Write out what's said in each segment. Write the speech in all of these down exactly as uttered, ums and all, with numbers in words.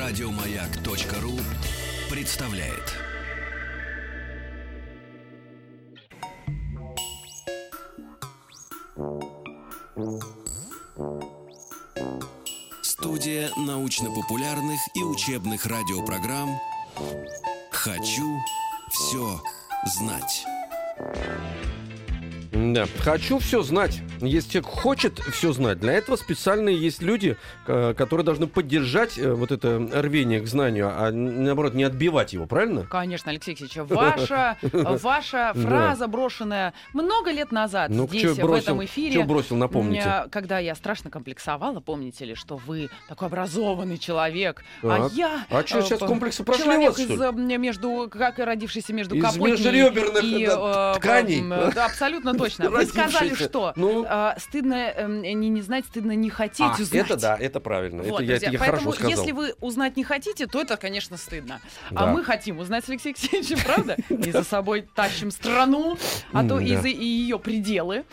Радиомаяк.ру представляет. Студия научно-популярных и учебных радиопрограмм «Хочу все знать». Да, хочу все знать. Если человек хочет все знать, для этого специальные есть люди, которые должны поддержать вот это рвение к знанию, а наоборот не отбивать его, правильно? Конечно, Алексей Алексеевич, ваша, ваша фраза, брошенная много лет назад ну, здесь, бросил, в этом эфире, что бросил, напомните. Когда я страшно комплексовала, помните ли, что вы такой образованный человек, так. а я... А что, сейчас комплексы прошли у вас, человек из, между, как родившийся между из капотней и... да, тканей. Да, абсолютно точно. Вы сказали, что ну... э, стыдно э, не, не знать, стыдно не хотеть а, узнать. Это да, это правильно. Вот, это друзья, я, я поэтому, хорошо сказал. если вы узнать не хотите, то это, конечно, стыдно. Да. А мы хотим узнать с Алексеем Алексеевичем, правда? И за собой тащим страну, а то и ее пределы.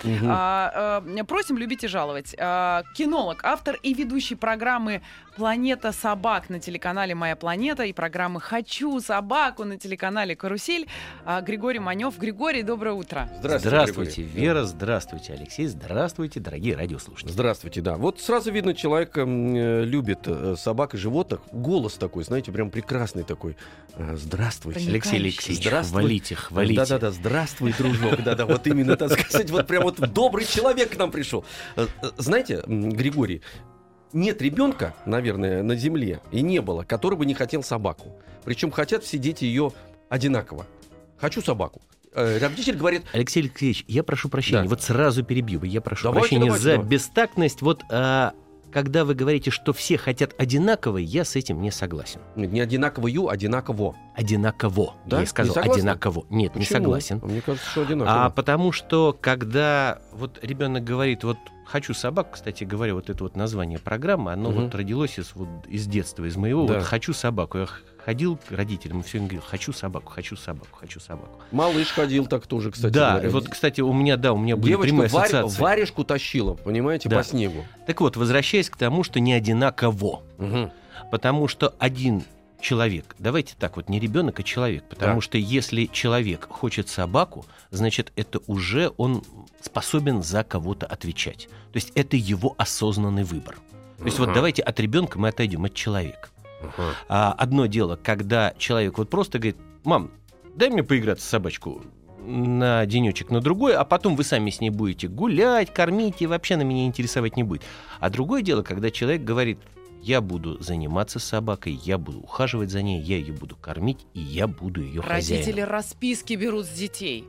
Просим любить и жаловать. Кинолог, автор и ведущий программы «Планета собак» на телеканале «Моя планета» и программы «Хочу собаку» на телеканале «Карусель» Григорий Манев. Григорий, доброе утро. Здравствуйте, здравствуйте Вера, здравствуйте, Алексей, здравствуйте, дорогие радиослушатели. Здравствуйте, да. Вот сразу видно, человек э, любит э, собак и животных. Голос такой, знаете, прям прекрасный такой. Э, здравствуйте. Алексей Алексеевич, хвалите, хвалите. Да-да-да, здравствуй, дружок. Да-да, вот именно, так сказать, вот прям вот добрый человек к нам пришел. Знаете, Григорий, нет ребенка, наверное, на земле, и не было, который бы не хотел собаку. Причем хотят все дети ее одинаково. Хочу собаку. Родитель говорит... Алексей Алексеевич, я прошу прощения, да. вот сразу перебью. Я прошу давайте, прощения давайте, за давайте. бестактность. Вот а, когда вы говорите, что все хотят одинаково, я с этим не согласен. Нет, не одинаковую, одинаково. Одинаково. Да? Я сказал не одинаково. Нет, Почему? не согласен. Мне кажется, что одинаково. А потому что, когда вот ребенок говорит, вот хочу собаку, кстати говоря, вот это вот название программы, оно угу. вот родилось из, вот, из детства, из моего. Да. Вот хочу собаку. Я ходил к родителям и все время говорил, хочу собаку, хочу собаку, хочу собаку. Малыш ходил так тоже, кстати да, говоря. вот, кстати, у меня, да, у меня были девочка прямые варь, ассоциации. варежку тащила, понимаете, да. по снегу. Так вот, возвращаясь к тому, что не одинаково. Угу. Потому что один человек, давайте так вот, не ребенок, а человек. Потому да. что если человек хочет собаку, значит, это уже он способен за кого-то отвечать. То есть это его осознанный выбор. То есть uh-huh. вот давайте от ребенка мы отойдем, от человека. Uh-huh. А, одно дело, когда человек вот просто говорит, мам, дай мне поиграться с собачку на денечек, на другой, а потом вы сами с ней будете гулять, кормить, и вообще она меня интересовать не будет. А другое дело, когда человек говорит, я буду заниматься с собакой, я буду ухаживать за ней, я ее буду кормить, и я буду ее хозяином. Родители расписки берут с детей.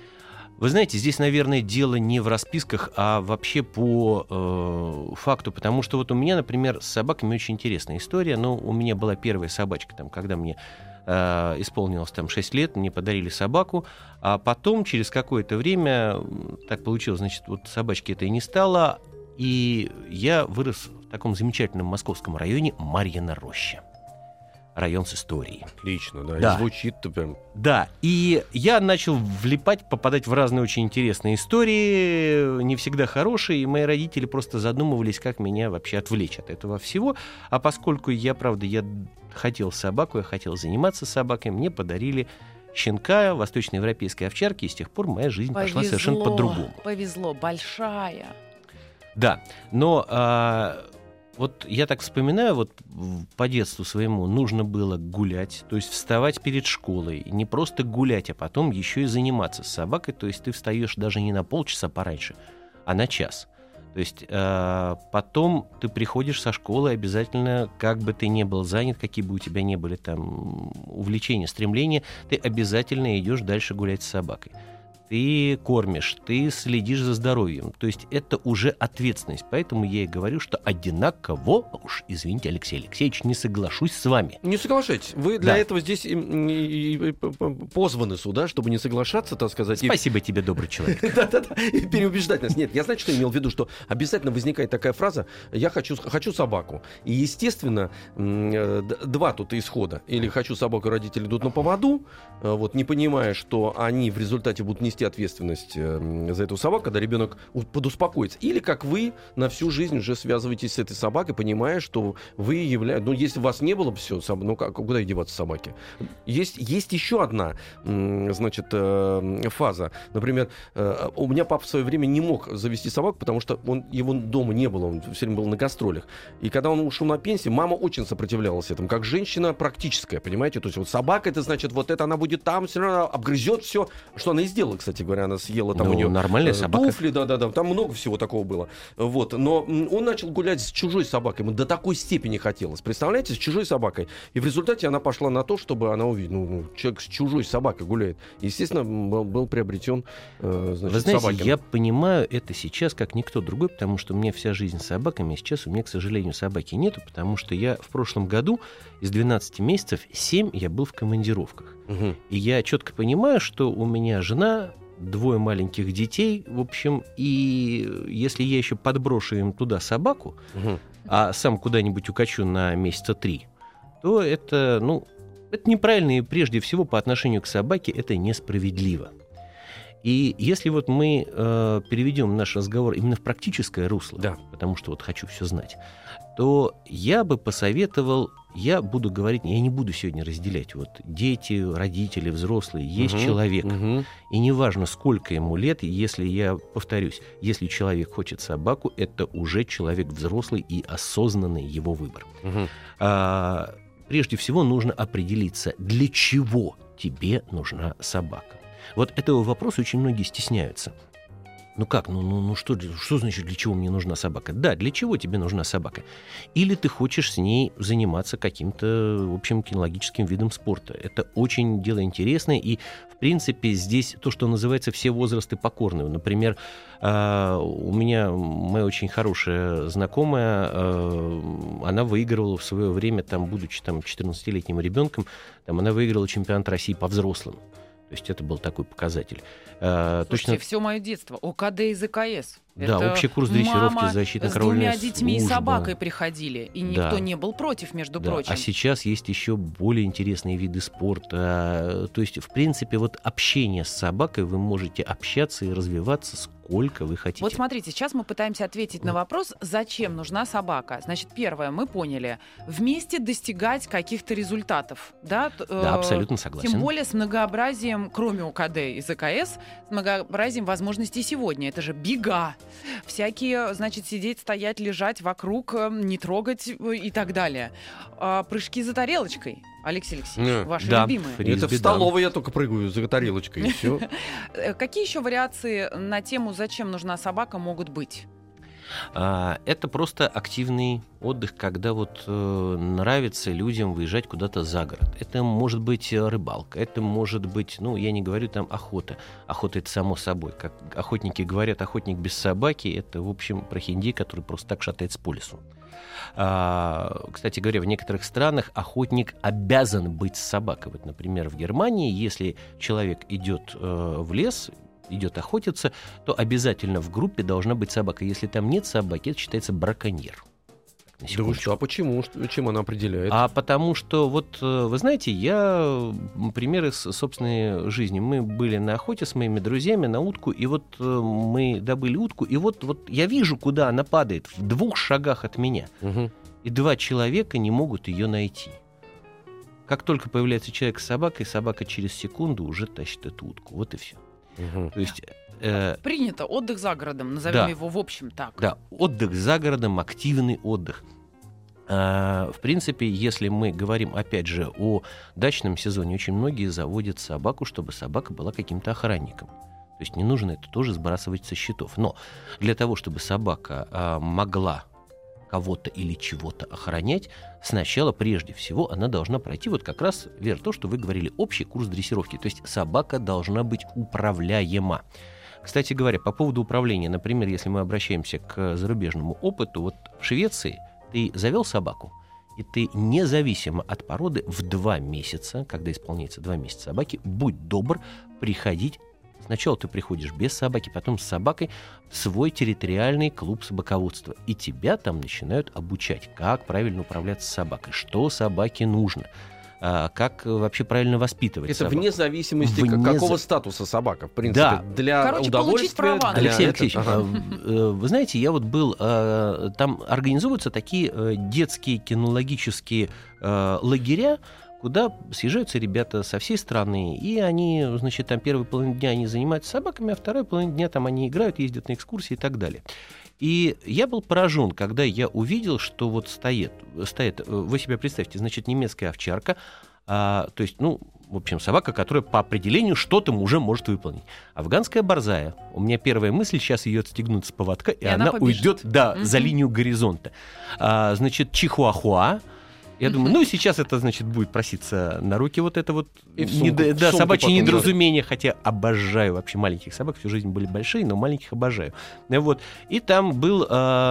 Вы знаете, здесь, наверное, дело не в расписках, а вообще по э, факту, потому что вот у меня, например, с собаками очень интересная история. Ну, у меня была первая собачка, там, когда мне э, исполнилось там, шесть лет, мне подарили собаку, а потом, через какое-то время, так получилось, значит, вот собачки этой не стало, и я вырос в таком замечательном московском районе Марьина Роща. Район с историей. Отлично, да. да. И звучит-то прям... Да, и я начал влипать, попадать в разные очень интересные истории, не всегда хорошие, и мои родители просто задумывались, как меня вообще отвлечь от этого всего. А поскольку я, правда, я хотел собаку, я хотел заниматься собакой, мне подарили щенка восточноевропейской овчарки, и с тех пор моя жизнь повезло, пошла совершенно по-другому. Повезло, большая. Да, но... А... Вот я так вспоминаю, вот по детству своему нужно было гулять, то есть вставать перед школой, не просто гулять, а потом еще и заниматься с собакой, то есть ты встаешь даже не на полчаса пораньше, а на час. То есть э, потом ты приходишь со школы, обязательно, как бы ты ни был занят, какие бы у тебя ни были там увлечения, стремления, ты обязательно идешь дальше гулять с собакой. Ты кормишь, ты следишь за здоровьем. То есть это уже ответственность. Поэтому я и говорю, что одинаково, уж извините, Алексей Алексеевич, не соглашусь с вами. Не соглашайтесь. Вы для да. этого здесь и, и, и позваны сюда, чтобы не соглашаться, так сказать. Спасибо и... тебе, добрый человек. Да-да-да, и переубеждать нас. Нет, я, знаете, что имел в виду, что обязательно возникает такая фраза «я хочу, хочу собаку». И, естественно, два тут исхода. Или «хочу собаку», родители идут на поводу, вот, не понимая, что они в результате будут нести нести ответственность э, за эту собаку, когда ребенок подуспокоится. Или как вы на всю жизнь уже связываетесь с этой собакой, понимая, что вы являетесь... Ну, если у вас не было бы все, ну, как, куда деваться собаке? Есть, есть еще одна, значит, э, фаза. Например, э, у меня папа в свое время не мог завести собаку, потому что он, его дома не было, он все время был на гастролях. И когда он ушел на пенсию, мама очень сопротивлялась этому, как женщина практическая, понимаете? То есть вот собака, это значит, вот это она будет там, все равно обгрызет все, что она и сделала, кстати говоря, она съела там ну, у нее нормальная собака. туфли, да-да-да, там много всего такого было. Вот. Но он начал гулять с чужой собакой, ему до такой степени хотелось, представляете, с чужой собакой. И в результате она пошла на то, чтобы она увидела, ну, ну человек с чужой собакой гуляет. Естественно, был, был приобретен, э, значит, Вы знаете, собакин. я понимаю это сейчас как никто другой, потому что у меня вся жизнь с собаками, а сейчас у меня, к сожалению, собаки нету, потому что я в прошлом году из двенадцати месяцев семь я был в командировках. Угу. И я четко понимаю, что у меня жена, двое маленьких детей, в общем, и если я еще подброшу им туда собаку, Угу. а сам куда-нибудь укачу на месяца три, то это, ну, это неправильно, и прежде всего по отношению к собаке это несправедливо. И если вот мы э, переведем наш разговор именно в практическое русло, Да. потому что вот хочу все знать, то я бы посоветовал, я буду говорить, я не буду сегодня разделять, вот дети, родители, взрослые, есть Угу. человек, Угу. и неважно, сколько ему лет, если я повторюсь, если человек хочет собаку, это уже человек взрослый и осознанный его выбор. Угу. А, прежде всего нужно определиться, для чего тебе нужна собака. Вот этого вопроса очень многие стесняются. Ну как, ну, ну, ну что, что значит, для чего мне нужна собака? Да, для чего тебе нужна собака? Или ты хочешь с ней заниматься каким-то, в общем, кинологическим видом спорта. Это очень дело интересное, и, в принципе, здесь то, что называется все возрасты покорны. Например, у меня моя очень хорошая знакомая, она выигрывала в свое время, там, будучи там, четырнадцатилетним ребенком, там, она выиграла чемпионат России по взрослым. То есть это был такой показатель. А, Слушайте, точно... все мое детство. ОКД из ЭКС. Да, Это общий курс дрессировки, мама защита с караульная двумя детьми и служба. собакой приходили. И никто Да. не был против, между Да. прочим. А сейчас есть еще более интересные виды спорта. То есть, в принципе, вот общение с собакой, вы можете общаться и развиваться сколько вы хотите. Вот смотрите, сейчас мы пытаемся ответить на вопрос, зачем нужна собака. Значит, первое, мы поняли, вместе достигать каких-то результатов. Да, Т- Да, э, абсолютно согласен. Тем более с многообразием, кроме ОКД и ЗКС, с многообразием возможностей сегодня. Это же бега, всякие, значит, сидеть, стоять, лежать вокруг, э, не трогать э, и так далее. А, прыжки за тарелочкой. Алексей Алексеевич, Да. ваши Да. любимые. Фри- Это в Фрисби, да. столовой я только прыгаю за тарелочкой, и все. Э, Какие еще вариации на тему «Зачем нужна собака» могут быть? А, это просто активный отдых, когда вот э, нравится людям выезжать куда-то за город. Это может быть э, рыбалка, это может быть, ну, я не говорю там охота. Охота — это само собой. Как охотники говорят, охотник без собаки — это, в общем, прохиндей, который просто так шатается по лесу. А, кстати говоря, в некоторых странах охотник обязан быть с собакой. Вот, например, в Германии, если человек идет э, в лес, идет охотиться, то обязательно в группе должна быть собака. Если там нет собаки, это считается браконьер. На Да вы секундочку. что, а почему? Что- Чем она определяет? А потому что, вот, э, вы знаете, я м, примеры с собственной жизни. Мы были на охоте с моими друзьями на утку, и вот э, мы добыли утку, и вот, вот я вижу, куда она падает, в двух шагах от меня. Мгм. И два человека не могут ее найти. Как только появляется человек с собакой, собака через секунду уже тащит эту утку. Вот и все. Мгм. То есть, э, Принято отдых за городом, назовем Да. его в общем так. да, отдых за городом, активный отдых. А, в принципе, если мы говорим, опять же, о дачном сезоне, очень многие заводят собаку, чтобы собака была каким-то охранником. То есть не нужно это тоже сбрасывать со счетов. Но для того, чтобы собака а, могла кого-то или чего-то охранять, сначала, прежде всего, она должна пройти вот как раз, Вера, то, что вы говорили, общий курс дрессировки. То есть собака должна быть управляема. Кстати говоря, по поводу управления, например, если мы обращаемся к зарубежному опыту, вот в Швеции ты завел собаку, и ты независимо от породы в два месяца, когда исполняется два месяца собаки, будь добр приходить. Сначала ты приходишь без собаки, потом с собакой в свой территориальный клуб собаководства. И тебя там начинают обучать, как правильно управляться с собакой, что собаке нужно. а, как вообще правильно воспитывать Это собаку. вне зависимости, Вне какого за... статуса собака, в принципе. Да. Для Короче, удовольствия. права, для Алексей этого. Алексеевич, Ага. э, вы знаете, я вот был, э, там организовываются такие э, детские кинологические э, лагеря, куда съезжаются ребята со всей страны, и они, значит, там первую половину дня они занимаются собаками, а вторую половину дня там они играют, ездят на экскурсии и так далее. И я был поражен, когда я увидел, что вот стоит, стоит, вы себе представьте, значит, немецкая овчарка, а, то есть, ну, в общем, собака, которая по определению что-то уже может выполнить. Афганская борзая. У меня первая мысль, сейчас ее отстегнут с поводка, и, и она, она уйдет, да, mm-hmm. за линию горизонта. А, значит, чихуахуа. Я думаю, ну, сейчас это, значит, будет проситься на руки вот это вот сумку, не, да, собачье потом, недоразумение, хотя обожаю вообще маленьких собак, всю жизнь были большие, но маленьких обожаю. Вот. И там был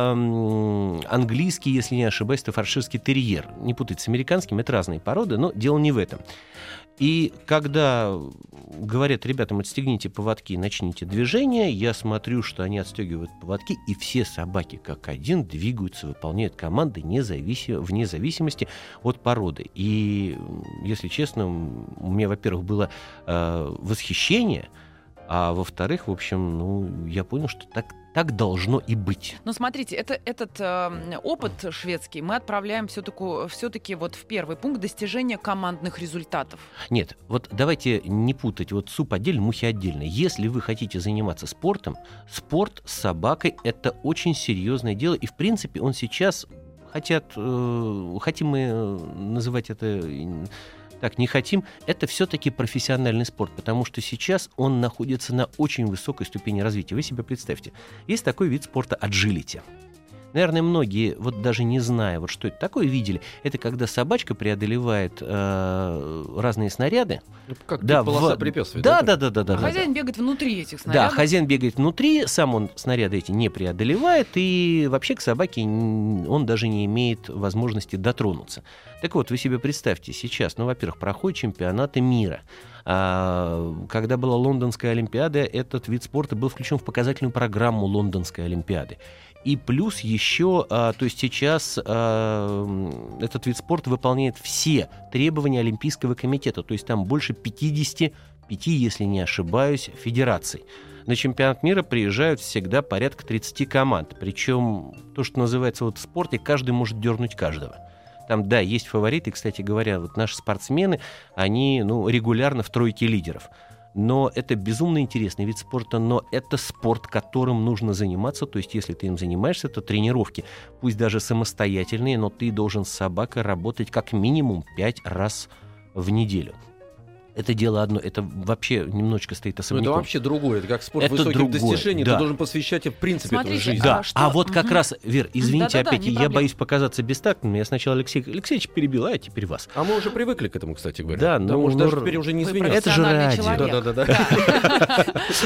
э, английский, если не ошибаюсь, стаффордширский терьер. Не путать с американским, это разные породы, но дело не в этом. И когда говорят ребятам, отстегните поводки, начните движение, я смотрю, что они отстегивают поводки, и все собаки как один двигаются, выполняют команды независимо, вне зависимости от породы. И, если честно, у меня, во-первых, было э, восхищение, а во-вторых, в общем, ну, я понял, что так, так должно и быть. Ну, смотрите, это, этот э, опыт шведский мы отправляем все-таки, все-таки вот в первый пункт достижения командных результатов. Нет, вот давайте не путать вот суп отдельно, мухи отдельно. Если вы хотите заниматься спортом, спорт с собакой — это очень серьезное дело, и, в принципе, он сейчас, хотят, э, хотим мы называть это... Так, не хотим, это все-таки профессиональный спорт, потому что сейчас он находится на очень высокой ступени развития. Вы себе представьте, есть такой вид спорта аджилити. Наверное, многие, вот даже не зная, вот что это такое, видели. Это когда собачка преодолевает э, разные снаряды. Как да, полоса в... препятствий. Да, да, да, да, да, А да. хозяин да. бегает внутри этих снарядов. Да, хозяин бегает внутри, сам он снаряды эти не преодолевает, и вообще к собаке он даже не имеет возможности дотронуться. Так вот, вы себе представьте, сейчас, ну, во-первых, проходят чемпионаты мира. Когда была Лондонская Олимпиада, этот вид спорта был включен в показательную программу Лондонской Олимпиады. И плюс еще, то есть сейчас этот вид спорта выполняет все требования Олимпийского комитета, то есть там больше пятьдесят пять, если не ошибаюсь, федераций. На чемпионат мира приезжают всегда порядка тридцать команд, причем то, что называется вот в спорте, каждый может дернуть каждого. Там, да, есть фавориты, кстати говоря, вот наши спортсмены, они, ну, регулярно в тройке лидеров. Но это безумно интересный вид спорта, но это спорт, которым нужно заниматься. То есть, если ты им занимаешься, то тренировки, пусть даже самостоятельные, но ты должен с собакой работать как минимум пять раз в неделю. Это дело одно, это вообще немножечко стоит особняком. Это вообще другое, это как спорт это высоких другое, достижений, да. ты должен посвящать, в принципе, Смотрите, эту жизнь. Да, А что? а вот как Мгм. раз, Вер, извините, Да-да-да, опять, не я проблема. боюсь показаться бестактным, я сначала Алексей Алексеевич перебил, а теперь вас. А мы уже привыкли к этому, кстати говоря. Да, да, ну, может, ну, даже теперь уже не Вы извиняться. Это же профессиональный радио. человек. Да-да-да.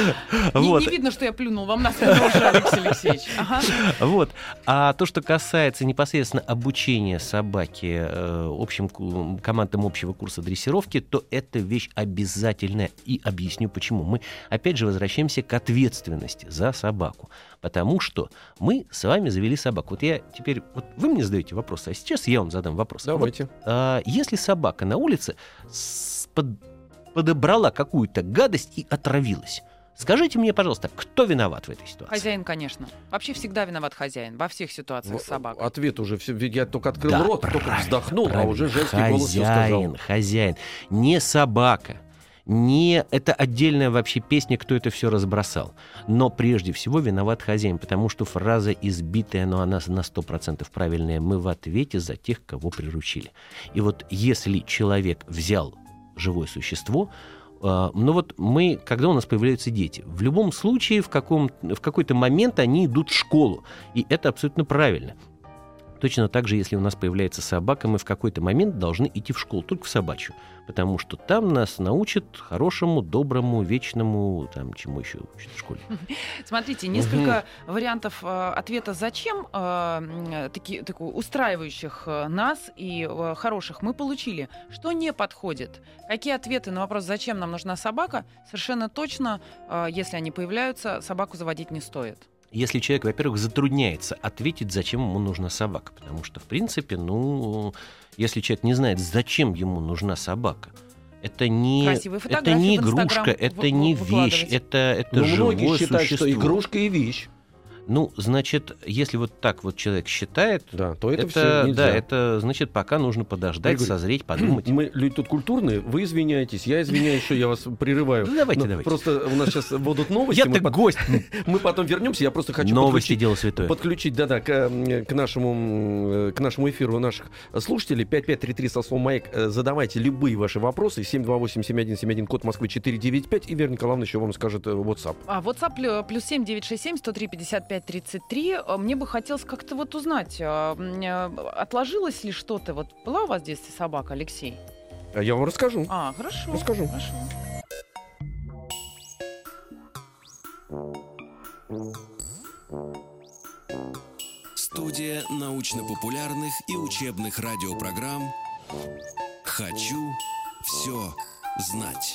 Не, Вот. не видно, что я плюнул вам на спину, Алексей Алексеевич. Ага. Вот. А то, что касается непосредственно обучения собаки э, общим ку- командам общего курса дрессировки, то это вещь обязательная. И объясню почему. Мы опять же возвращаемся к ответственности за собаку. Потому что мы с вами завели собаку. Вот я теперь... Вот вы мне задаете вопрос, а сейчас я вам задам вопрос. Давайте. Вот, а, если собака на улице с- под- подобрала какую-то гадость и отравилась, скажите мне, пожалуйста, кто виноват в этой ситуации? Хозяин, конечно. Вообще всегда виноват хозяин во всех ситуациях с собакой. Ответ уже все. Я только открыл Да, рот, только правильно, вздохнул, правильно. а уже женский хозяин, голос все сказал. Хозяин, не собака. Не, это отдельная вообще песня, кто это все разбросал. Но прежде всего виноват хозяин, потому что фраза избитая, но она на сто процентов правильная. Мы в ответе за тех, кого приручили. И вот если человек взял живое существо, э, ну вот мы, когда у нас появляются дети, в любом случае в, каком, в какой-то момент они идут в школу. И это абсолютно правильно. Точно так же, если у нас появляется собака, мы в какой-то момент должны идти в школу, только в собачью, потому что там нас научат хорошему, доброму, вечному, там, чему еще учат в школе. Смотрите, несколько вариантов э, ответа «зачем», э, таки, таку, устраивающих э, нас и э, хороших мы получили. Что не подходит? Какие ответы на вопрос «зачем нам нужна собака?» совершенно точно, э, если они появляются, собаку заводить не стоит. если человек, во-первых, затрудняется ответить, зачем ему нужна собака. Потому что, в принципе, ну, если человек не знает, зачем ему нужна собака, это не, это не игрушка, это не вещь, это, это Но живое многие считают, существо. что игрушка и вещь. Ну, значит, если вот так вот человек считает, да, то это, это все нельзя. Да, это значит, пока нужно подождать, Григорий, созреть, подумать. Мы люди тут культурные, вы извиняетесь, я извиняюсь, что я вас прерываю. Ну, давайте, Но давайте. Просто у нас сейчас будут новости. Я-то мы под- гость. Мы потом вернемся, я просто хочу Новости подключить, дело святое. подключить да-да, к, к, нашему, к нашему эфиру наших слушателей. пять пять три три со словом «Маяк». Задавайте любые ваши вопросы. семь два восемь семь один семь один, код Москвы четыре девять пять. И Вера Николаевна еще вам скажет WhatsApp. А WhatsApp плюс семь девять шесть семь сто три пятьдесят пять тридцать три. Мне бы хотелось как-то вот узнать, отложилось ли что-то? Вот была у вас в детстве собака, Алексей? А я вам расскажу. А, хорошо. Расскажу. Хорошо. Студия научно-популярных и учебных радиопрограмм «Хочу все знать».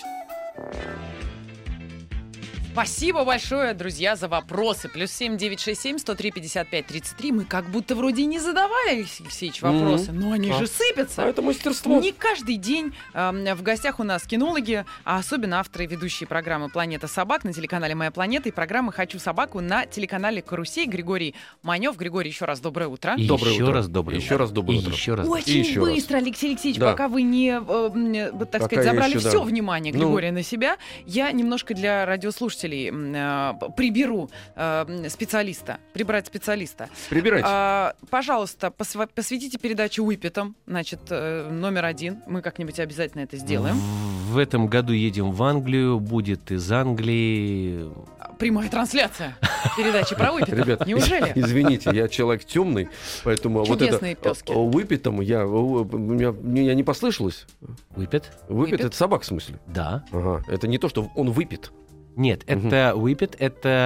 Спасибо большое, друзья, за вопросы. Плюс семь девять шесть семь сто три пятьдесят пять тридцать три. Мы как будто вроде и не задавали, Алексей Алексеевич, вопросы, Мгм. но они А. же сыпятся. А это мастерство. Не каждый день э, в гостях у нас кинологи, а особенно авторы и ведущие программы «Планета собак» на телеканале «Моя планета» и программы «Хочу собаку» на телеканале «Карусель». Григорий Манев. Григорий, еще раз доброе утро. И Доброе еще утро. раз доброе Еще утро. раз доброе И утро. еще раз. Очень еще раз. быстро, Алексей Алексеевич, Да. пока вы не, э, э, так Пока сказать, я забрали еще, да. все внимание Ну. Григория на себя, я немножко для радиослушателей э, приберу э, специалиста, прибрать специалиста. Прибирайте. А, пожалуйста, посва- посвятите передачу Уипетам, значит, э, номер один. Мы как-нибудь обязательно это сделаем. В, в этом году едем в Англию, будет из Англии. Прямая трансляция передачи про Уипетов. Ребят, Неужели? извините, я человек темный, поэтому вот это Чудесные пёски. выпитом я, у меня, меня не послышалось. Выпит? Выпит Выпит? это собак в смысле? Да. Ага. Это не то, что он выпит. Нет, Мгм. это Whippet,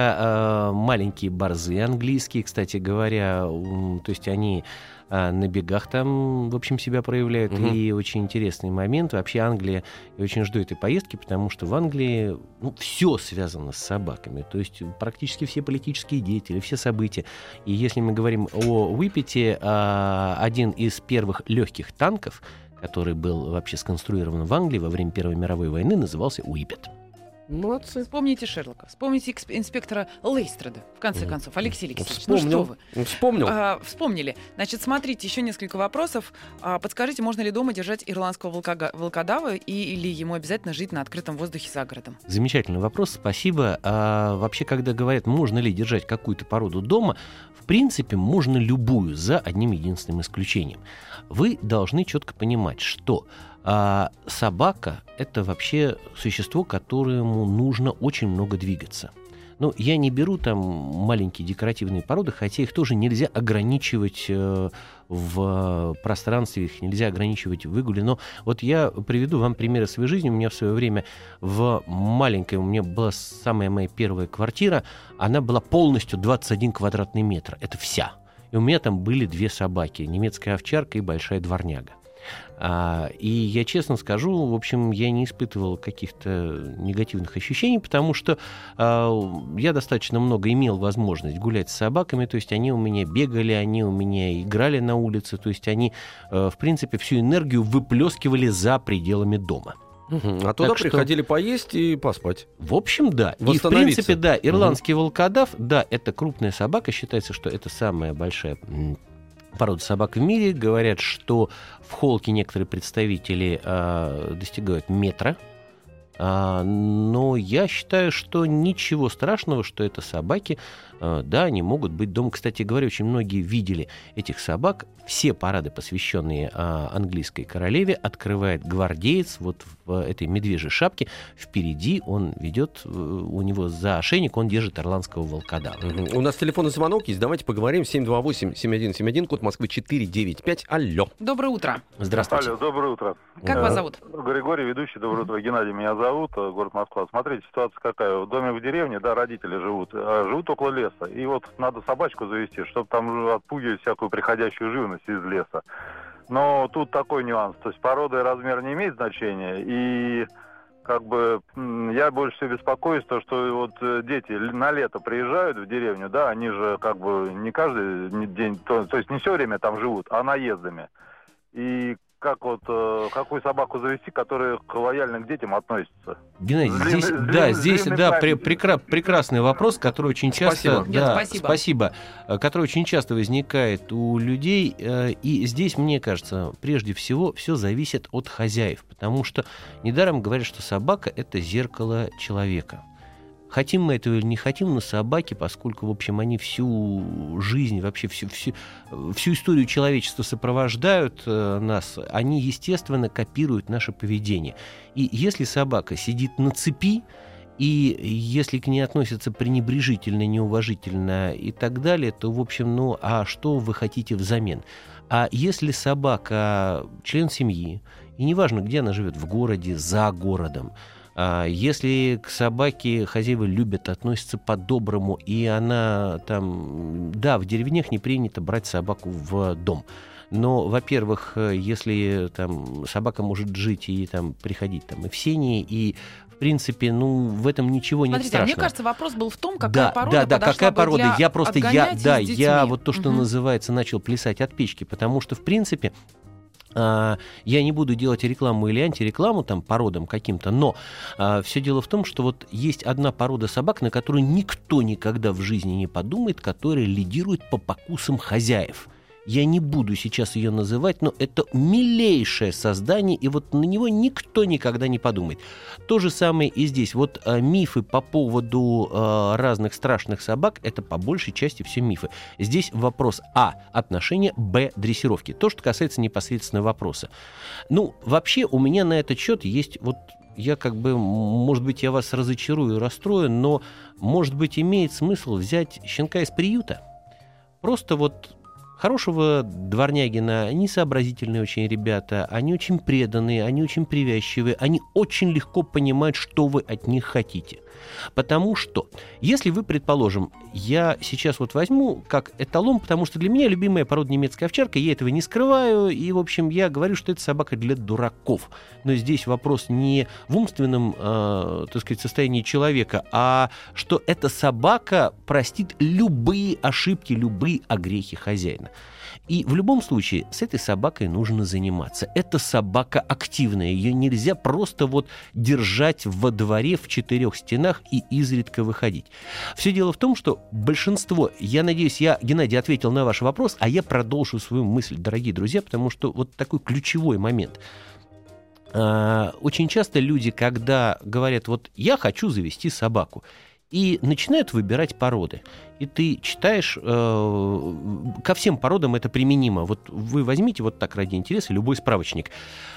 это э, маленькие борзы английские, кстати говоря, м, то есть они э, на бегах там, в общем, себя проявляют, Мгм. и очень интересный момент. Вообще Англия, я очень жду этой поездки, потому что в Англии ну, все связано с собаками, то есть практически все политические деятели, все события. И если мы говорим о Whippet, э, один из первых легких танков, который был вообще сконструирован в Англии во время Первой мировой войны, назывался Whippet. Молодцы. Вспомните Шерлока, вспомните эксп- инспектора Лейстреда, в конце Мгм. концов. Алексей Алексеевич, ну Вспомнил. что вы? Ну, Вспомнил. А, вспомнили. Значит, смотрите, еще несколько вопросов. А, подскажите, можно ли дома держать ирландского волкога- волкодава и, или ему обязательно жить на открытом воздухе за городом? Замечательный вопрос, спасибо. А вообще, когда говорят, можно ли держать какую-то породу дома, в принципе, можно любую, за одним единственным исключением. Вы должны четко понимать, что а, собака — это вообще существо, которому нужно очень много двигаться. Ну, я не беру там маленькие декоративные породы, хотя их тоже нельзя ограничивать э, в пространстве, их нельзя ограничивать в выгуле. Но вот я приведу вам пример из своей жизни. У меня в свое время в маленькой, у меня была самая моя первая квартира, она была полностью двадцать один квадратный метр. Это вся. И у меня там были две собаки, немецкая овчарка и большая дворняга. А, и я честно скажу, в общем, я не испытывал каких-то негативных ощущений, потому что а, я достаточно много имел возможность гулять с собаками, то есть они у меня бегали, они у меня играли на улице, то есть они, а, в принципе, всю энергию выплескивали за пределами дома. Мгм. А туда Так что- приходили поесть и поспать. В общем, да. И, в Восстановиться. принципе, да, ирландский волкодав, да, это крупная собака, считается, что это самая большая м, порода собак в мире. Говорят, что в холке некоторые представители а, достигают метра. А, но я считаю, что ничего страшного, что это собаки, а, да, они могут быть дома. Кстати говоря, очень многие видели этих собак. Все парады, посвященные а, английской королеве, открывает гвардеец вот в этой медвежьей шапке. Впереди он ведет, э, у него за ошейник он держит ирландского волкодава. Мгм. У нас телефонный звонок есть. Давайте поговорим. семь два восемь семь один семь один, код Москвы четыре девять пять. Алло. Доброе утро. Здравствуйте. Алло, доброе утро. Как Да. вас зовут? Григорий, ведущий, доброе утро. Геннадий меня зовут, э, город Москва. Смотрите, ситуация какая. В доме в деревне, да, родители живут, а живут около леса. И вот надо собачку завести, чтобы там отпугивать всякую приходящую живность из леса. Но тут такой нюанс. То есть порода и размер не имеет значения. И как бы я больше всего беспокоюсь, то, что вот дети на лето приезжают в деревню, да, они же как бы не каждый день, то, то есть не все время там живут, а наездами. И как вот, какую собаку завести, которая к лояльно к детям относится? Геннадий, Длинный, здесь, длинный, да, здесь, длинный да, память. пре- прекра- прекрасный вопрос, который очень часто, Спасибо. да, Спасибо. спасибо, который очень часто возникает у людей, э, и здесь, мне кажется, прежде всего, все зависит от хозяев, потому что недаром говорят, что собака — это зеркало человека. Хотим мы этого или не хотим, но собаки, поскольку, в общем, они всю жизнь, вообще всю, всю, всю историю человечества сопровождают э, нас, они, естественно, копируют наше поведение. И если собака сидит на цепи, и если к ней относятся пренебрежительно, неуважительно и так далее, то, в общем, ну, а что вы хотите взамен? А если собака член семьи, и неважно, где она живет, в городе, за городом, если к собаке хозяева любят, относятся по-доброму, и она там... Да, в деревнях не принято брать собаку в дом. Но, во-первых, если там собака может жить и там приходить там и в сени, и в принципе, ну, в этом ничего нет Смотрите, страшного. а мне кажется, вопрос был в том, какая да, порода да, да, подошла какая бы порода. для Я просто, я, отгонятий да, с детьми. я вот то, что Мгм. называется, начал плясать от печки, потому что, в принципе, я не буду делать рекламу или антирекламу там породам каким-то, но а, все дело в том, что вот есть одна порода собак, на которую никто никогда в жизни не подумает, которая лидирует по покусам хозяев. Я не буду сейчас ее называть, но это милейшее создание, и вот на него никто никогда не подумает. То же самое и здесь. Вот а, мифы по поводу а, разных страшных собак, это по большей части все мифы. Здесь вопрос А – отношения, Б – дрессировки. То, что касается непосредственно вопроса. Ну, вообще у меня на этот счет есть вот... Я как бы, может быть, я вас разочарую и расстрою, но, может быть, имеет смысл взять щенка из приюта. Просто вот... Хорошего дворнягина, они сообразительные очень ребята, они очень преданные, они очень привязчивые, они очень легко понимают, что вы от них хотите. Потому что, если вы, предположим, я сейчас вот возьму как эталон, потому что для меня любимая порода немецкая овчарка, я этого не скрываю, и, в общем, я говорю, что это собака для дураков. Но здесь вопрос не в умственном, э, так сказать, состоянии человека, а что эта собака простит любые ошибки, любые огрехи хозяина. И в любом случае с этой собакой нужно заниматься. Это собака активная, ее нельзя просто вот держать во дворе в четырех стенах и изредка выходить. Все дело в том, что большинство, я надеюсь, я, Геннадий, ответил на ваш вопрос, а я продолжу свою мысль, дорогие друзья, потому что вот такой ключевой момент. Очень часто люди, когда говорят, вот я хочу завести собаку, и начинают выбирать породы. И ты читаешь, э, ко всем породам это применимо. Вот вы возьмите вот так ради интереса любой справочник.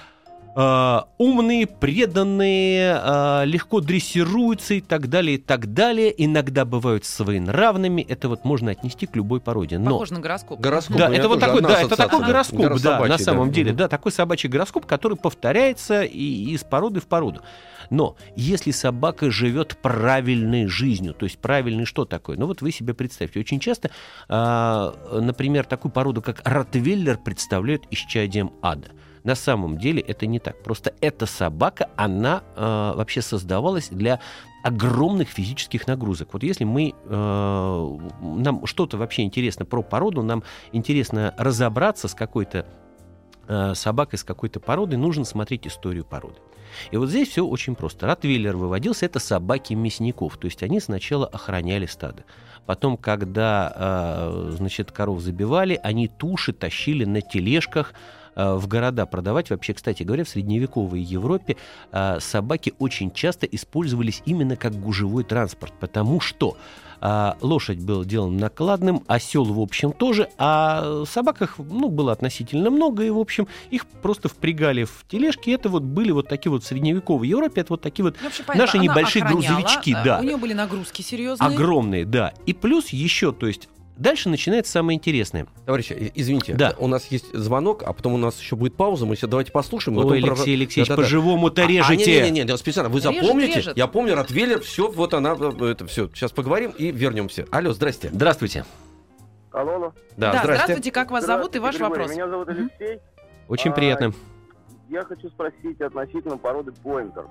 Э, умные, преданные, э, легко дрессируются и так далее, и так далее. Иногда бывают своенравными. Это вот можно отнести к любой породе. Но... Похоже на гороскоп. Гороскоп. Да, У меня это вот тоже такой, одна да, это ассоциация. такой гороскоп, да, Горособачий, на самом да. деле, Мгм. да, такой собачий гороскоп, который повторяется и из породы в породу. Но если собака живет правильной жизнью, то есть правильный что такое? Ну вот вы себе представьте, очень часто, а, например, такую породу, как ротвейлер, представляют исчадием ада. На самом деле это не так. Просто эта собака, она а, вообще создавалась для огромных физических нагрузок. Вот если мы, э, нам что-то вообще интересно про породу, нам интересно разобраться с какой-то э, собакой, с какой-то породой, нужно смотреть историю породы. И вот здесь все очень просто. Ротвейлер выводился, это собаки мясников, то есть они сначала охраняли стадо. Потом, когда, э, значит, коров забивали, они туши тащили на тележках э, в города продавать. Вообще, кстати говоря, в средневековой Европе э, собаки очень часто использовались именно как гужевой транспорт, потому что а лошадь была делом накладным, осел, в общем, тоже, а собаках, ну, было относительно много, и, в общем, их просто впрягали в тележки, это вот были вот такие вот в средневековой Европе, это вот такие вот Ну, вообще, понятно, наши она небольшие охраняла, грузовички, э, да. У нее были нагрузки серьезные. Огромные, да. И плюс еще, то есть, дальше начинается самое интересное. Товарищи, и- извините, Да. у нас есть звонок, а потом у нас еще будет пауза, мы сейчас давайте послушаем. Ой, потом про- Алексей Алексеевич, Да-да-да. по-живому-то А- режете. А, не-не-не, специально, вы Режет, запомните? режет. Я помню, Ротвейлер, все, вот она, это все. Сейчас поговорим и вернемся. Алло, здрасте. Здравствуйте. Алло, алло. Да, Да, здрасте. здравствуйте, как вас зовут и ваш Григорий, вопрос? Меня зовут Алексей. Очень А, приятно. Я хочу спросить относительно породы Пойнтер.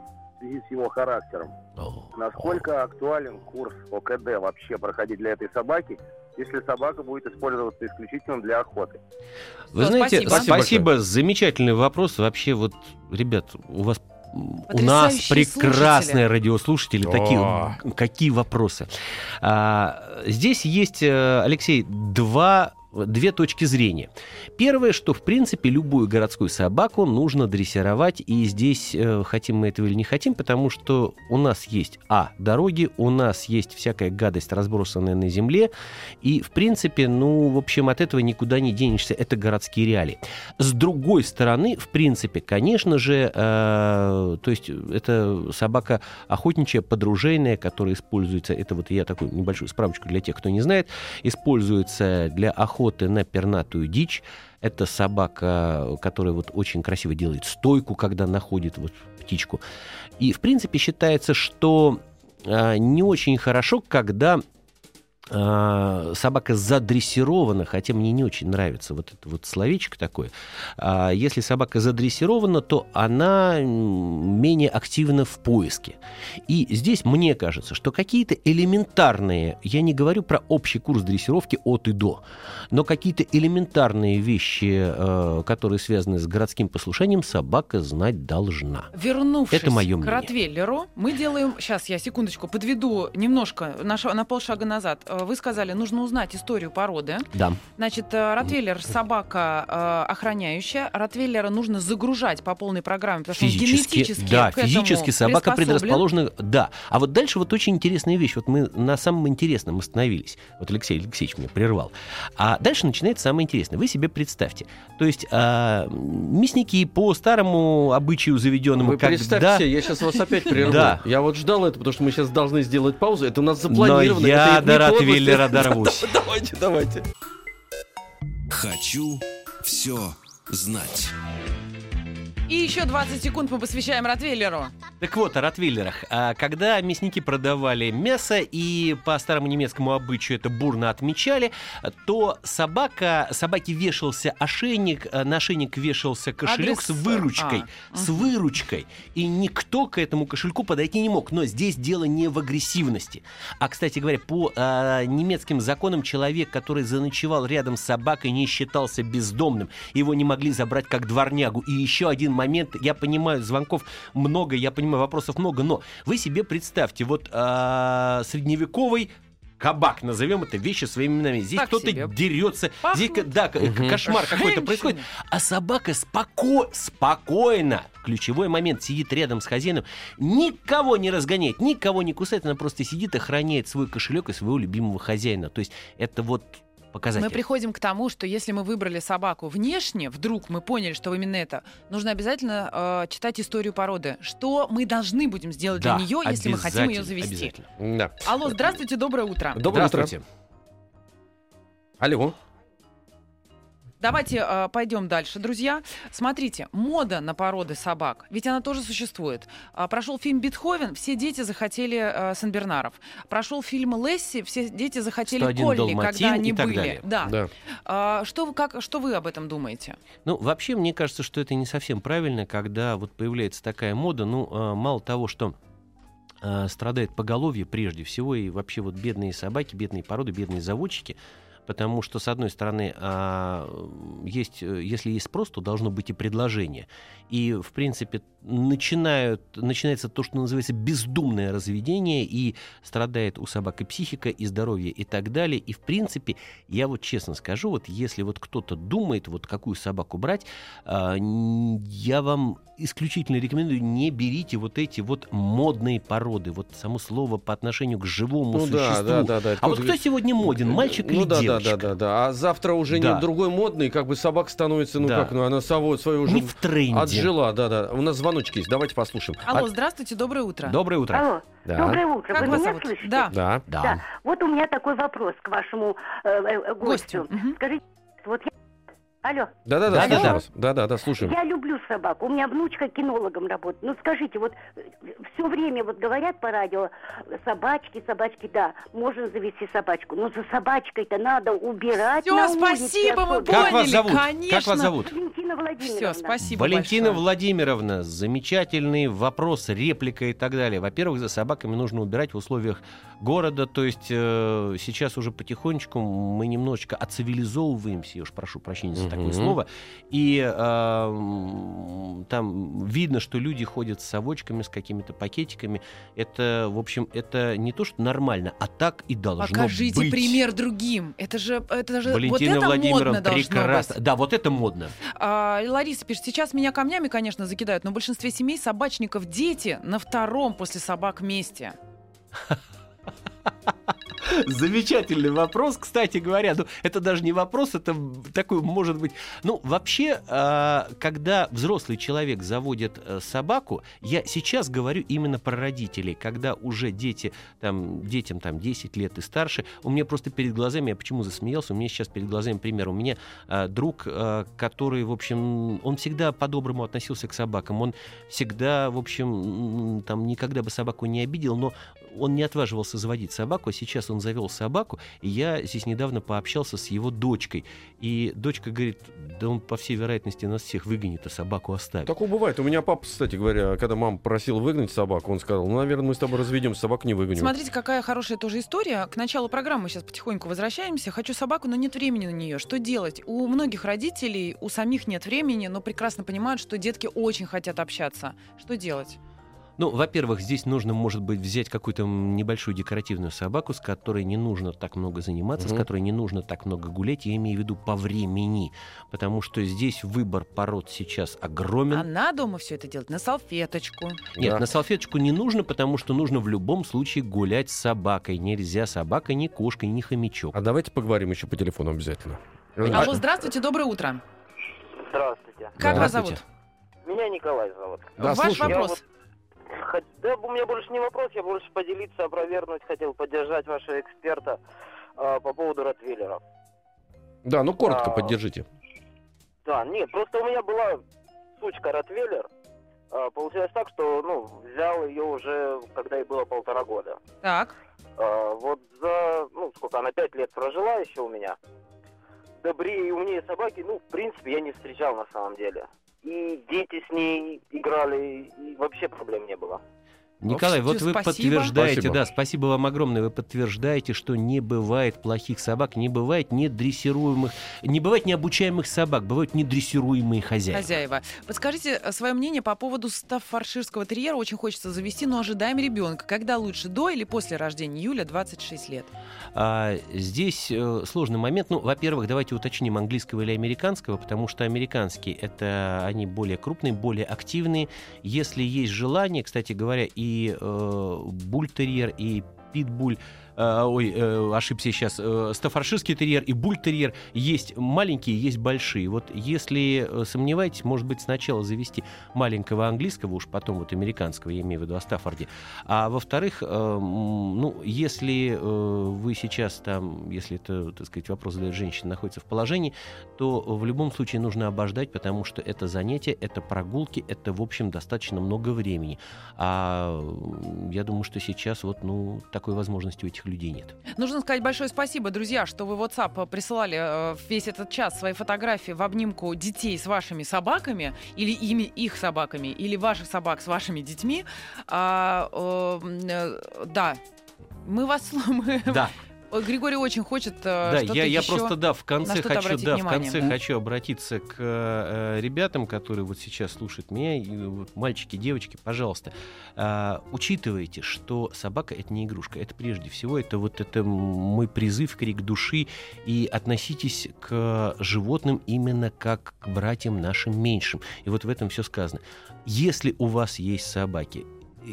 связи с его характером. О, Насколько актуален курс ОКД вообще проходить для этой собаки, если собака будет использоваться исключительно для охоты? Вы Всё, знаете, спасибо. спасибо, Спасибо замечательный вопрос. Вообще, вот, ребят, у вас у Потрясающие нас прекрасные слушатели. радиослушатели. Да. Такие, какие вопросы. А, здесь есть, э, Алексей, два две точки зрения. Первое, что, в принципе, любую городскую собаку нужно дрессировать, и здесь э, хотим мы этого или не хотим, потому что у нас есть, а, дороги, у нас есть всякая гадость, разбросанная на земле, и, в принципе, ну, в общем, от этого никуда не денешься, это городские реалии. С другой стороны, в принципе, конечно же, э, то есть это собака охотничья, подружейная, которая используется, это вот я такую небольшую справочку для тех, кто не знает, используется для охоты на пернатую дичь. Это собака, которая вот очень красиво делает стойку, когда находит вот птичку. И, в принципе, считается, что а, не очень хорошо, когда а, собака задрессирована, хотя мне не очень нравится вот это вот словечко такое. А, если собака задрессирована, то она менее активна в поиске. И здесь мне кажется, что какие-то элементарные, я не говорю про общий курс дрессировки от и до, но какие-то элементарные вещи, э, которые связаны с городским послушанием, собака знать должна. Вернувшись Это моё к мнение. Ротвейлеру, мы делаем... Сейчас я секундочку подведу немножко на, ша- на полшага назад. Э, Вы сказали, нужно узнать историю породы. Да. Значит, э, Ротвейлер — собака э, охраняющая. Ротвейлера нужно загружать по полной программе, потому что он генетически да, к этому физически собака приспособлен. предрасположена, да. А вот дальше вот очень интересная вещь. Вот мы на самом интересном остановились. Вот Алексей Алексеевич меня прервал. А дальше начинается самое интересное. Вы себе представьте. То есть а, мясники по старому обычаю заведенному, Вы когда... представьте, я сейчас вас опять прерву. Да. Я вот ждал это, потому что мы сейчас должны сделать паузу. Это у нас Но запланировано. я Это до не подлость. Ротвейлера дорвусь. Давайте, давайте. Хочу все знать. И еще двадцать секунд мы посвящаем Ротвейлеру. Так вот, о ротвейлерах. А когда мясники продавали мясо и по старому немецкому обычаю это бурно отмечали, то собака, собаке вешался ошейник, на ошейник вешался кошелек Адрес, с выручкой. а, С выручкой. И никто к этому кошельку подойти не мог. Но здесь дело не в агрессивности. А, кстати говоря, по а, немецким законам человек, который заночевал рядом с собакой, не считался бездомным. Его не могли забрать как дворнягу. И еще один момент, я понимаю, звонков много, я понимаю, вопросов много, но вы себе представьте, вот а, средневековый кабак, назовем это вещи своими именами. Здесь Так кто-то себе. дерется, Пахнут. здесь да, к- Мгм. кошмар какой-то Женщины. происходит. А собака споко... спокойно, ключевой момент, сидит рядом с хозяином, никого не разгоняет, никого не кусает, она просто сидит, охраняет свой кошелек и своего любимого хозяина. То есть это вот показатель. Мы приходим к тому, что если мы выбрали собаку внешне, вдруг мы поняли, что именно это, нужно обязательно э, читать историю породы. Что мы должны будем сделать Да, для нее, если мы хотим ее обязательно, завести. обязательно. Да. Алло, здравствуйте, доброе утро. Доброе утро. Здравствуйте. Алло. Давайте э, пойдем дальше, друзья. Смотрите, мода на породы собак, ведь она тоже существует. А, прошел фильм «Бетховен», все дети захотели э, Сен-Бернаров. Прошел фильм «Лесси», все дети захотели сто один Колли, Далматин когда они и так были. далее. Да. Да. А, что, вы- как, что вы об этом думаете? Ну, вообще, мне кажется, что это не совсем правильно, когда вот появляется такая мода. Ну, э, мало того, что э, страдает поголовье прежде всего, и вообще вот бедные собаки, бедные породы, бедные заводчики, потому что, с одной стороны, а, есть, если есть спрос, то должно быть и предложение. И, в принципе, начинают, начинается то, что называется бездумное разведение, и страдает у собак и психика, и здоровье, и так далее. И, в принципе, я вот честно скажу, вот если вот кто-то думает, вот какую собаку брать, а, я вам исключительно рекомендую, не берите вот эти вот модные породы. Вот само слово по отношению к живому Ну да, существу. да, да, да. А вот кто сегодня моден, мальчик ну, или да, девочка? да, да, да, да. А завтра уже Да. нет другой модный, как бы собака становится, ну Да. как, ну она сову- свою уже Не в тренде. отжила, да, да. У нас звоночки есть, давайте послушаем. Алло, А- здравствуйте, доброе утро. Доброе утро. Алло, Да. доброе утро. Как Вы вас меня зовут? слышите? Да. Да. Да. Да. Вот у меня такой вопрос к вашему э, э, Гостю. гостю. Мгм. Скажите, вот я... Алло. Да, да, да, Да-да-да. слушаем вас. Да, да, да, слушаем. Я люблю собак. У меня внучка кинологом работает. Ну скажите, вот все время вот говорят по радио, собачки, собачки, да, можно завести собачку. Но за собачкой-то надо убирать Все, на улице спасибо, мы особенно. Как вас поняли, зовут? конечно. Как вас зовут? Валентина Валентина Владимировна. Все, спасибо Валентина большое. Владимировна, замечательный вопрос, реплика и так далее. Во-первых, за собаками нужно убирать в условиях города, то есть э, сейчас уже потихонечку мы немножечко оцивилизовываемся, я уж прошу прощения за такое Мгм. слово, и э, м, там видно, что люди ходят с совочками, с какими-то пакетиками. Это, в общем, это не то, что нормально, а так и должно Покажите быть. пример другим. Это же, это же Валентина вот это Владимировна, модно должно прекрасно. быть. Да, вот это модно. А, Лариса пишет, сейчас меня камнями, конечно, закидают, но в большинстве семей собачников дети на втором после собак месте. Замечательный вопрос, кстати говоря. Ну, это даже не вопрос, это такой, может быть... Ну, вообще, э, когда взрослый человек заводит э, собаку, я сейчас говорю именно про родителей, когда уже дети, там, детям там, десять лет и старше, у меня просто перед глазами, я почему засмеялся, у меня сейчас перед глазами пример. У меня э, друг, э, который, в общем, он всегда по-доброму относился к собакам, он всегда, в общем, там, никогда бы собаку не обидел, но он не отваживался заводить собаку, а сейчас он завел собаку, и я здесь недавно пообщался с его дочкой, и дочка говорит, да он, по всей вероятности, нас всех выгонит, а собаку оставит. Такое бывает. У меня папа, кстати говоря, когда мама просила выгнать собаку, он сказал, ну, наверное, мы с тобой разведем, собаку не выгоним. Смотрите, какая хорошая тоже история. К началу программы сейчас потихоньку возвращаемся. Хочу собаку, но нет времени на нее. Что делать? У многих родителей, у самих нет времени, но прекрасно понимают, что детки очень хотят общаться. Что делать? Ну, во-первых, здесь нужно, может быть, взять какую-то небольшую декоративную собаку, с которой не нужно так много заниматься, Мгм. с которой не нужно так много гулять, я имею в виду по времени, потому что здесь выбор пород сейчас огромен. Она дома все это делает на салфеточку. Нет, Да. на салфеточку не нужно, потому что нужно в любом случае гулять с собакой. Нельзя собака, ни кошка, ни хомячок. А давайте поговорим еще по телефону обязательно. Алло, здравствуйте, доброе утро. Здравствуйте. Как вас Здравствуйте. зовут? Меня Николай зовут. Да, Ваш слушаю. Я вопрос. вот хот- Да, у меня больше не вопрос, я больше поделиться, опровергнуть хотел, поддержать вашего эксперта а, по поводу ротвейлеров. Да, ну коротко А, поддержите. Да, нет, просто у меня была сучка ротвейлер. А, получилось так, что, ну, взял ее уже, когда ей было полтора года. Так. А, вот за, ну, сколько, она пять лет прожила еще у меня. Добрее и умнее собаки, ну, в принципе, я не встречал на самом деле. И дети с ней играли, и вообще проблем не было. Николай, вот вы Спасибо. подтверждаете, Спасибо. да, спасибо вам огромное, вы подтверждаете, что не бывает плохих собак, не бывает недрессируемых, не бывает необучаемых собак, бывают недрессируемые хозяева. Хозяева. Подскажите свое мнение по поводу стаффордширского терьера. Очень хочется завести, но ожидаем ребенка. Когда лучше, до или после рождения? Юля, двадцать шесть лет. А, здесь э, сложный момент. Ну, во-первых, давайте уточним, английского или американского, потому что американские, это они более крупные, более активные. Если есть желание, кстати говоря, и э, бультерьер, и питбуль, э, ой, э, ошибся сейчас, э, стаффордширский терьер и бультерьер есть маленькие, есть большие. Вот если э, сомневаетесь, может быть, сначала завести маленького английского, уж потом вот американского, я имею в виду о Стаффорде. А во-вторых, э, м, ну, если э, вы сейчас там, если это, так сказать, вопрос задает женщина, находится в положении, то в любом случае нужно обождать, потому что это занятие, это прогулки, это, в общем, достаточно много времени. А м, я думаю, что сейчас вот, ну, такой возможности у этих людей нет. Нужно сказать большое спасибо, друзья, что вы в WhatsApp присылали э, весь этот час свои фотографии в обнимку детей с вашими собаками, или ими их собаками, или ваших собак с вашими детьми. А, э, э, да, мы вас... мы- Да. Григорий очень хочет э, Да, что-то я, я еще... просто, да, в конце на что-то хочу, обратить да, в внимание. конце хочу обратиться к э, ребятам, которые вот сейчас слушают меня, и, вот, мальчики, девочки, пожалуйста, э, учитывайте, что собака — это не игрушка, это прежде всего, это вот это мой призыв, крик души, и относитесь к животным именно как к братьям нашим меньшим. И вот в этом все сказано. Если у вас есть собаки,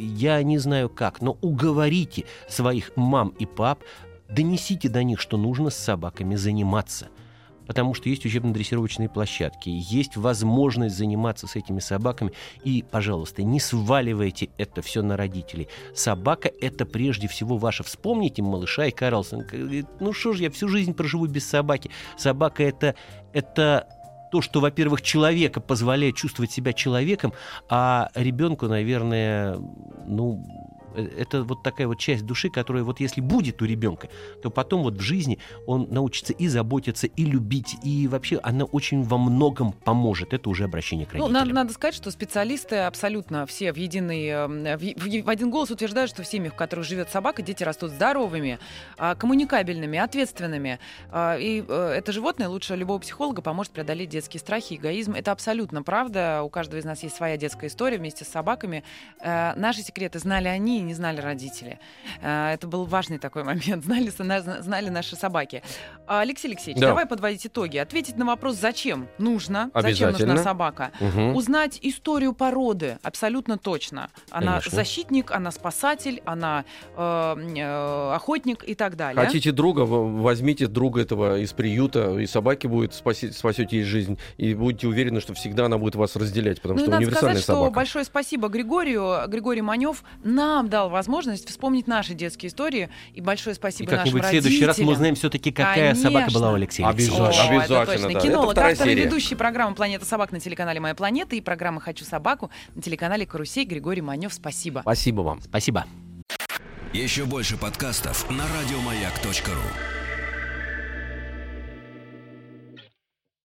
я не знаю как, но уговорите своих мам и пап, донесите до них, что нужно с собаками заниматься. Потому что есть учебно-дрессировочные площадки, есть возможность заниматься с этими собаками. И, пожалуйста, не сваливайте это все на родителей. Собака — это прежде всего ваша. Вспомните малыша и Карлсон. Ну что ж, я всю жизнь проживу без собаки. Собака — это... это то, что, во-первых, человека позволяет чувствовать себя человеком, а ребенку, наверное, ну... это вот такая вот часть души, которая вот если будет у ребенка, то потом вот в жизни он научится и заботиться, и любить, и вообще она очень во многом поможет. Это уже обращение к родителям. Ну, надо, надо сказать, что специалисты абсолютно все в единый, в, в, в один голос утверждают, что в семьях, в которых живет собака, дети растут здоровыми, коммуникабельными, ответственными. И это животное лучше любого психолога поможет преодолеть детские страхи, эгоизм. Это абсолютно правда. У каждого из нас есть своя детская история вместе с собаками. Наши секреты знали они, не знали родители. Это был важный такой момент. Знали, знали наши собаки. Алексей Алексеевич, да. давай подводить итоги. Ответить на вопрос, зачем нужно, зачем нужна собака. Угу. Узнать историю породы абсолютно точно. Она Конечно. защитник, она спасатель, она э, э, охотник и так далее. Хотите друга, возьмите друга этого из приюта, и собаке будет спасить, спасете ей жизнь, и будете уверены, что всегда она будет вас разделять, потому ну, что универсальная сказать, собака. Что большое спасибо Григорию. Григорий Манев нам дал возможность вспомнить наши детские истории. И большое спасибо и нашим родителям. И как-нибудь в следующий раз мы узнаем все-таки, какая Конечно. собака была у Алексея Обязательно. О, Обязательно, да. Кинолог, автор и ведущий программы «Планета собак» на телеканале «Моя планета» и программы «Хочу собаку» на телеканале «Карусель» Григорий Манев. Спасибо. Спасибо вам. Спасибо. Еще больше подкастов на радиомаяк точка ру.